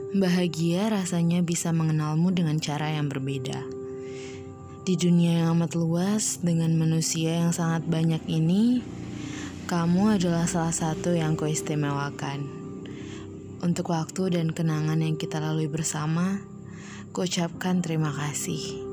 Bahagia rasanya bisa mengenalmu dengan cara yang berbeda. Di dunia yang amat luas, dengan manusia yang sangat banyak ini, kamu adalah salah satu yang kuistimewakan. Untuk waktu dan kenangan yang kita lalui bersama, kuucapkan terima kasih.